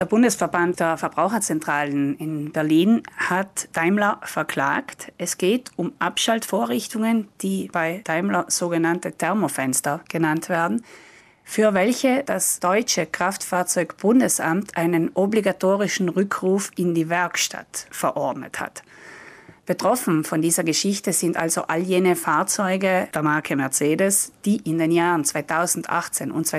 Der Bundesverband der Verbraucherzentralen in Berlin hat Daimler verklagt. Es geht um Abschaltvorrichtungen, die bei Daimler sogenannte Thermofenster genannt werden, für welche das deutsche Kraftfahrzeugbundesamt einen obligatorischen Rückruf in die Werkstatt verordnet hat. Betroffen von dieser Geschichte sind also all jene Fahrzeuge der Marke Mercedes, die in den Jahren 2018 und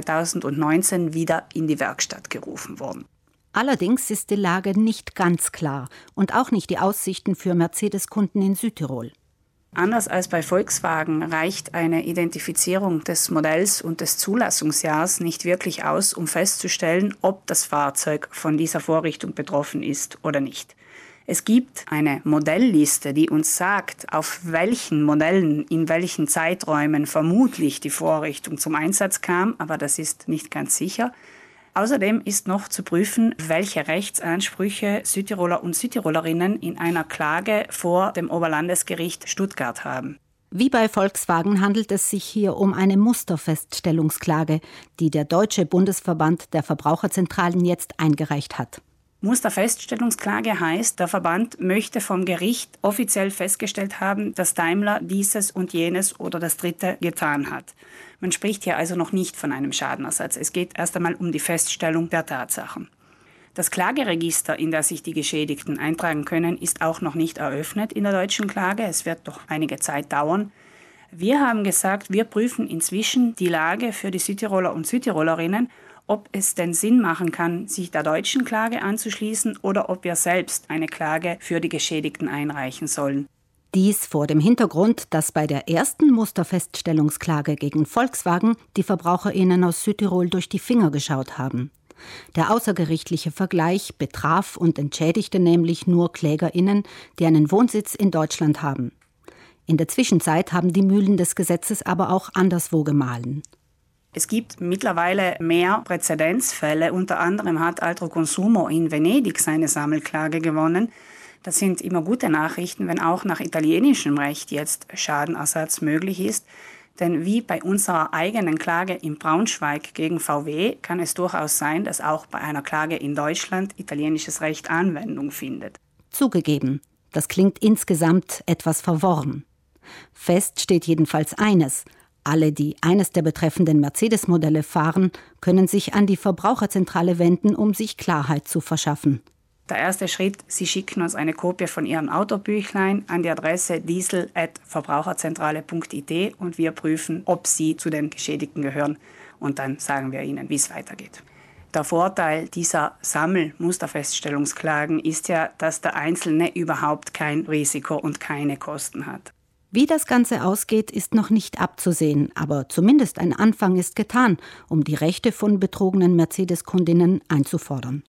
2019 wieder in die Werkstatt gerufen wurden. Allerdings ist die Lage nicht ganz klar und auch nicht die Aussichten für Mercedes-Kunden in Südtirol. Anders als bei Volkswagen reicht eine Identifizierung des Modells und des Zulassungsjahrs nicht wirklich aus, um festzustellen, ob das Fahrzeug von dieser Vorrichtung betroffen ist oder nicht. Es gibt eine Modellliste, die uns sagt, auf welchen Modellen, in welchen Zeiträumen vermutlich die Vorrichtung zum Einsatz kam, aber das ist nicht ganz sicher. Außerdem ist noch zu prüfen, welche Rechtsansprüche Südtiroler und Südtirolerinnen in einer Klage vor dem Oberlandesgericht Stuttgart haben. Wie bei Volkswagen handelt es sich hier um eine Musterfeststellungsklage, die der Deutsche Bundesverband der Verbraucherzentralen jetzt eingereicht hat. Musterfeststellungsklage heißt, der Verband möchte vom Gericht offiziell festgestellt haben, dass Daimler dieses und jenes oder das Dritte getan hat. Man spricht hier also noch nicht von einem Schadenersatz. Es geht erst einmal um die Feststellung der Tatsachen. Das Klageregister, in das sich die Geschädigten eintragen können, ist auch noch nicht eröffnet in der deutschen Klage. Es wird doch einige Zeit dauern. Wir haben gesagt, wir prüfen inzwischen die Lage für die Südtiroler und Südtirolerinnen, ob es denn Sinn machen kann, sich der deutschen Klage anzuschließen oder ob wir selbst eine Klage für die Geschädigten einreichen sollen. Dies vor dem Hintergrund, dass bei der ersten Musterfeststellungsklage gegen Volkswagen die VerbraucherInnen aus Südtirol durch die Finger geschaut haben. Der außergerichtliche Vergleich betraf und entschädigte nämlich nur KlägerInnen, die einen Wohnsitz in Deutschland haben. In der Zwischenzeit haben die Mühlen des Gesetzes aber auch anderswo gemahlen. Es gibt mittlerweile mehr Präzedenzfälle. Unter anderem hat Altro Consumo in Venedig seine Sammelklage gewonnen. Das sind immer gute Nachrichten, wenn auch nach italienischem Recht jetzt Schadenersatz möglich ist. Denn wie bei unserer eigenen Klage in Braunschweig gegen VW kann es durchaus sein, dass auch bei einer Klage in Deutschland italienisches Recht Anwendung findet. Zugegeben, das klingt insgesamt etwas verworren. Fest steht jedenfalls eines: Alle, die eines der betreffenden Mercedes-Modelle fahren, können sich an die Verbraucherzentrale wenden, um sich Klarheit zu verschaffen. Der erste Schritt: Sie schicken uns eine Kopie von Ihrem Autobüchlein an die Adresse diesel@verbraucherzentrale.it und wir prüfen, ob Sie zu den Geschädigten gehören. Und dann sagen wir Ihnen, wie es weitergeht. Der Vorteil dieser Musterfeststellungsklagen ist ja, dass der Einzelne überhaupt kein Risiko und keine Kosten hat. Wie das Ganze ausgeht, ist noch nicht abzusehen, aber zumindest ein Anfang ist getan, um die Rechte von betrogenen Mercedes-Kundinnen einzufordern.